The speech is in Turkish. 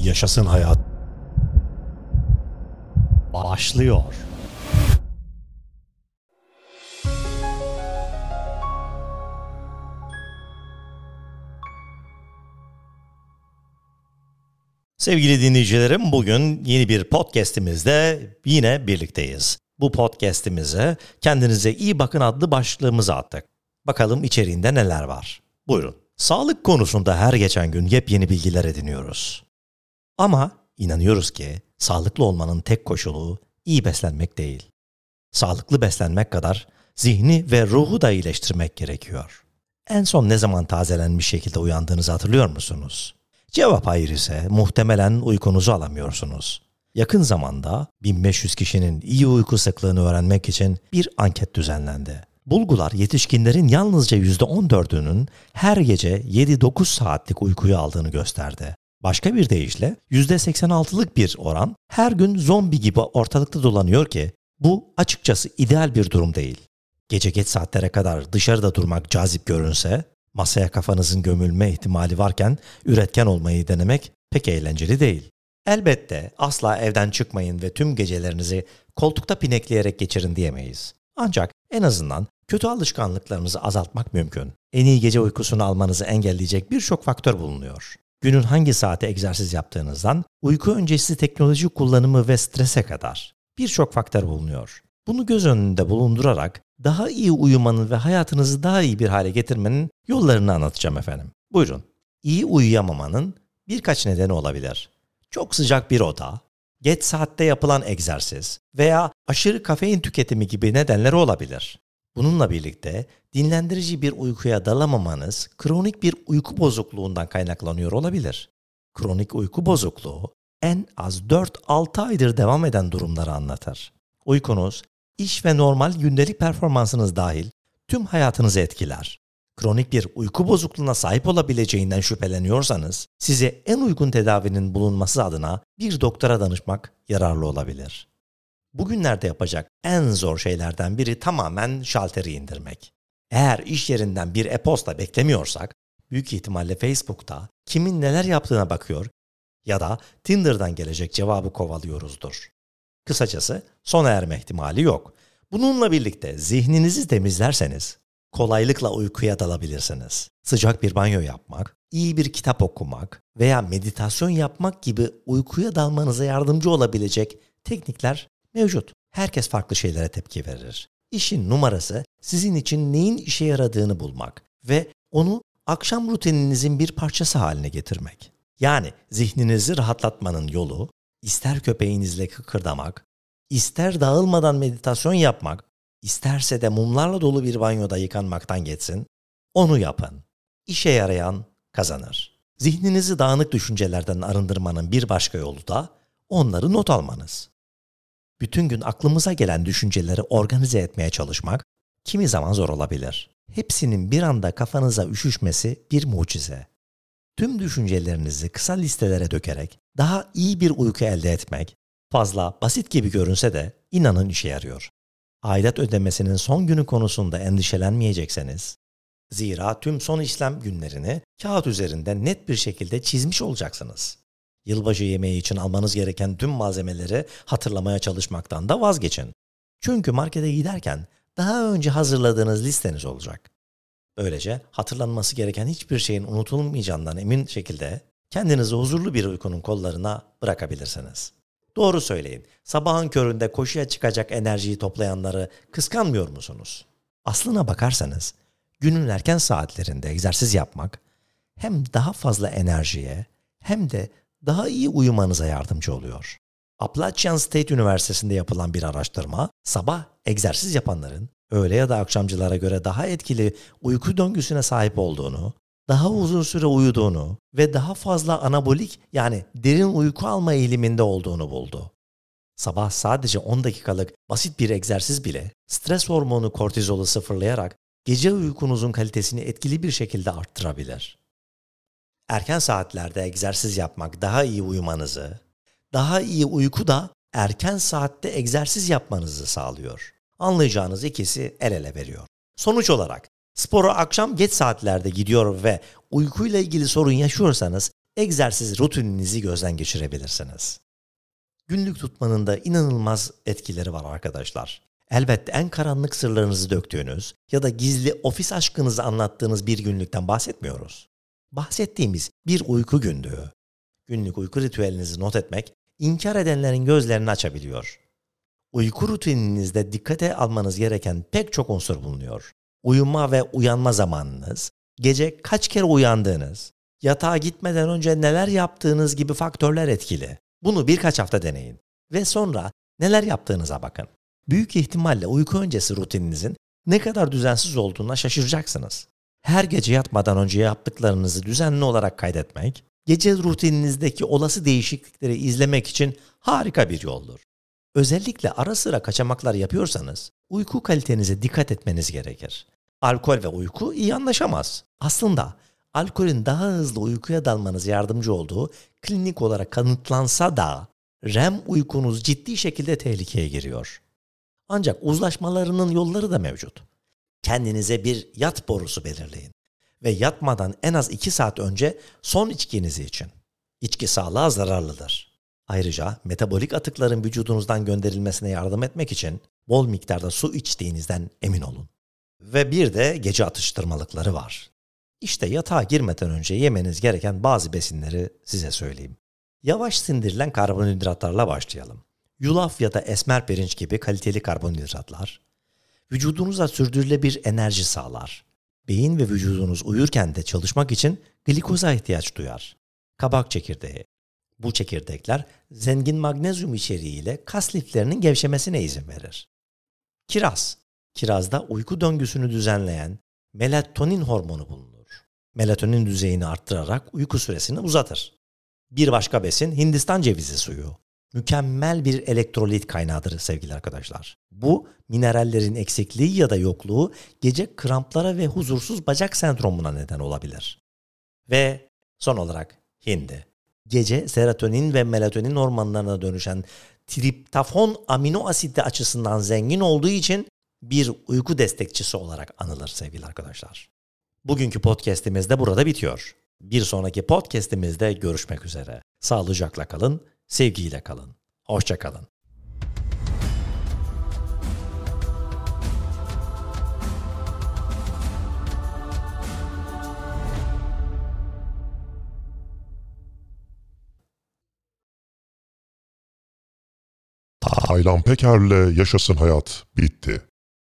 Yaşasın hayat. Başlıyor. Sevgili dinleyicilerim, bugün yeni bir podcast'imizde yine birlikteyiz. Bu podcast'imize "Kendinize iyi bakın" adlı başlığımızı attık. Bakalım içeriğinde neler var. Buyurun. Sağlık konusunda her geçen gün yepyeni bilgiler ediniyoruz. Ama inanıyoruz ki sağlıklı olmanın tek koşulu iyi beslenmek değil. Sağlıklı beslenmek kadar zihni ve ruhu da iyileştirmek gerekiyor. En son ne zaman tazelenmiş şekilde uyandığınızı hatırlıyor musunuz? Cevap hayır ise muhtemelen uykunuzu alamıyorsunuz. Yakın zamanda 1500 kişinin iyi uyku sıklığını öğrenmek için bir anket düzenlendi. Bulgular yetişkinlerin yalnızca %14'ünün her gece 7-9 saatlik uykuyu aldığını gösterdi. Başka bir deyişle %86'lık bir oran her gün zombi gibi ortalıkta dolanıyor ki bu açıkçası ideal bir durum değil. Gece geç saatlere kadar dışarıda durmak cazip görünse, masaya kafanızın gömülme ihtimali varken üretken olmayı denemek pek eğlenceli değil. Elbette asla evden çıkmayın ve tüm gecelerinizi koltukta pinekleyerek geçirin diyemeyiz. Ancak en azından kötü alışkanlıklarınızı azaltmak mümkün. En iyi gece uykusunu almanızı engelleyecek birçok faktör bulunuyor. Günün hangi saate egzersiz yaptığınızdan, uyku öncesi teknoloji kullanımı ve strese kadar birçok faktör bulunuyor. Bunu göz önünde bulundurarak daha iyi uyumanın ve hayatınızı daha iyi bir hale getirmenin yollarını anlatacağım efendim. Buyurun. İyi uyuyamamanın birkaç nedeni olabilir. Çok sıcak bir oda, geç saatte yapılan egzersiz veya aşırı kafein tüketimi gibi nedenleri olabilir. Bununla birlikte dinlendirici bir uykuya dalamamanız kronik bir uyku bozukluğundan kaynaklanıyor olabilir. Kronik uyku bozukluğu en az 4-6 aydır devam eden durumları anlatır. Uykunuz, iş ve normal gündelik performansınız dahil tüm hayatınızı etkiler. Kronik bir uyku bozukluğuna sahip olabileceğinden şüpheleniyorsanız, size en uygun tedavinin bulunması adına bir doktora danışmak yararlı olabilir. Bugünlerde yapacak en zor şeylerden biri tamamen şalteri indirmek. Eğer iş yerinden bir e-posta beklemiyorsak, büyük ihtimalle Facebook'ta kimin neler yaptığına bakıyor ya da Tinder'dan gelecek cevabı kovalıyoruzdur. Kısacası sona erme ihtimali yok. Bununla birlikte zihninizi temizlerseniz kolaylıkla uykuya dalabilirsiniz. Sıcak bir banyo yapmak, iyi bir kitap okumak veya meditasyon yapmak gibi uykuya dalmanıza yardımcı olabilecek teknikler mevcut. Herkes farklı şeylere tepki verir. İşin numarası sizin için neyin işe yaradığını bulmak ve onu akşam rutininizin bir parçası haline getirmek. Yani zihninizi rahatlatmanın yolu, ister köpeğinizle kıkırdamak, ister dağılmadan meditasyon yapmak, isterse de mumlarla dolu bir banyoda yıkanmaktan geçsin, onu yapın. İşe yarayan kazanır. Zihninizi dağınık düşüncelerden arındırmanın bir başka yolu da onları not almanız. Bütün gün aklımıza gelen düşünceleri organize etmeye çalışmak kimi zaman zor olabilir. Hepsinin bir anda kafanıza üşüşmesi bir mucize. Tüm düşüncelerinizi kısa listelere dökerek daha iyi bir uyku elde etmek fazla basit gibi görünse de inanın işe yarıyor. Aidat ödemesinin son günü konusunda endişelenmeyecekseniz, zira tüm son işlem günlerini kağıt üzerinde net bir şekilde çizmiş olacaksınız. Yılbaşı yemeği için almanız gereken tüm malzemeleri hatırlamaya çalışmaktan da vazgeçin. Çünkü markete giderken daha önce hazırladığınız listeniz olacak. Böylece hatırlanması gereken hiçbir şeyin unutulmayacağından emin şekilde kendinizi huzurlu bir uykunun kollarına bırakabilirsiniz. Doğru söyleyin, sabahın köründe koşuya çıkacak enerjiyi toplayanları kıskanmıyor musunuz? Aslına bakarsanız, günün erken saatlerinde egzersiz yapmak hem daha fazla enerjiye hem de daha iyi uyumanıza yardımcı oluyor. Appalachian State Üniversitesi'nde yapılan bir araştırma, sabah egzersiz yapanların öğle ya da akşamcılara göre daha etkili uyku döngüsüne sahip olduğunu, daha uzun süre uyuduğunu ve daha fazla anabolik yani derin uyku alma eğiliminde olduğunu buldu. Sabah sadece 10 dakikalık basit bir egzersiz bile stres hormonu kortizolu sıfırlayarak gece uykunuzun kalitesini etkili bir şekilde arttırabilir. Erken saatlerde egzersiz yapmak daha iyi uyumanızı, daha iyi uyku da erken saatte egzersiz yapmanızı sağlıyor. Anlayacağınız ikisi el ele veriyor. Sonuç olarak spora akşam geç saatlerde gidiyor ve uykuyla ilgili sorun yaşıyorsanız egzersiz rutininizi gözden geçirebilirsiniz. Günlük tutmanın da inanılmaz etkileri var arkadaşlar. Elbette en karanlık sırlarınızı döktüğünüz ya da gizli ofis aşkınızı anlattığınız bir günlükten bahsetmiyoruz. Bahsettiğimiz bir uyku günlüğü. Günlük uyku ritüelinizi not etmek, inkar edenlerin gözlerini açabiliyor. Uyku rutininizde dikkate almanız gereken pek çok unsur bulunuyor. Uyuma ve uyanma zamanınız, gece kaç kere uyandığınız, yatağa gitmeden önce neler yaptığınız gibi faktörler etkili. Bunu birkaç hafta deneyin ve sonra neler yaptığınıza bakın. Büyük ihtimalle uyku öncesi rutininizin ne kadar düzensiz olduğuna şaşıracaksınız. Her gece yatmadan önce yaptıklarınızı düzenli olarak kaydetmek, gece rutininizdeki olası değişiklikleri izlemek için harika bir yoldur. Özellikle ara sıra kaçamaklar yapıyorsanız uyku kalitenize dikkat etmeniz gerekir. Alkol ve uyku iyi anlaşamaz. Aslında alkolün daha hızlı uykuya dalmanıza yardımcı olduğu klinik olarak kanıtlansa da REM uykunuz ciddi şekilde tehlikeye giriyor. Ancak uzlaşmalarının yolları da mevcut. Kendinize bir yat borusu belirleyin ve yatmadan en az 2 saat önce son içkinizi için. İçki sağlığa zararlıdır. Ayrıca metabolik atıkların vücudunuzdan gönderilmesine yardım etmek için bol miktarda su içtiğinizden emin olun. Ve bir de gece atıştırmalıkları var. İşte yatağa girmeden önce yemeniz gereken bazı besinleri size söyleyeyim. Yavaş sindirilen karbonhidratlarla başlayalım. Yulaf ya da esmer pirinç gibi kaliteli karbonhidratlar, vücudunuza sürdürülebilir enerji sağlar. Beyin ve vücudunuz uyurken de çalışmak için glikoza ihtiyaç duyar. Kabak çekirdeği. Bu çekirdekler zengin magnezyum içeriğiyle kas liflerinin gevşemesine izin verir. Kiraz. Kirazda uyku döngüsünü düzenleyen melatonin hormonu bulunur. Melatonin düzeyini arttırarak uyku süresini uzatır. Bir başka besin Hindistan cevizi suyu. Mükemmel bir elektrolit kaynağıdır sevgili arkadaşlar. Bu minerallerin eksikliği ya da yokluğu gece kramplara ve huzursuz bacak sendromuna neden olabilir. Ve son olarak hindi. Gece serotonin ve melatonin hormonlarına dönüşen triptofan amino asidi açısından zengin olduğu için bir uyku destekçisi olarak anılır sevgili arkadaşlar. Bugünkü podcast'imiz de burada bitiyor. Bir sonraki podcast'imizde görüşmek üzere. Sağlıcakla kalın, sevgiyle kalın. Hoşça kalın. Taylan Peker'le Yaşasın Hayat bitti.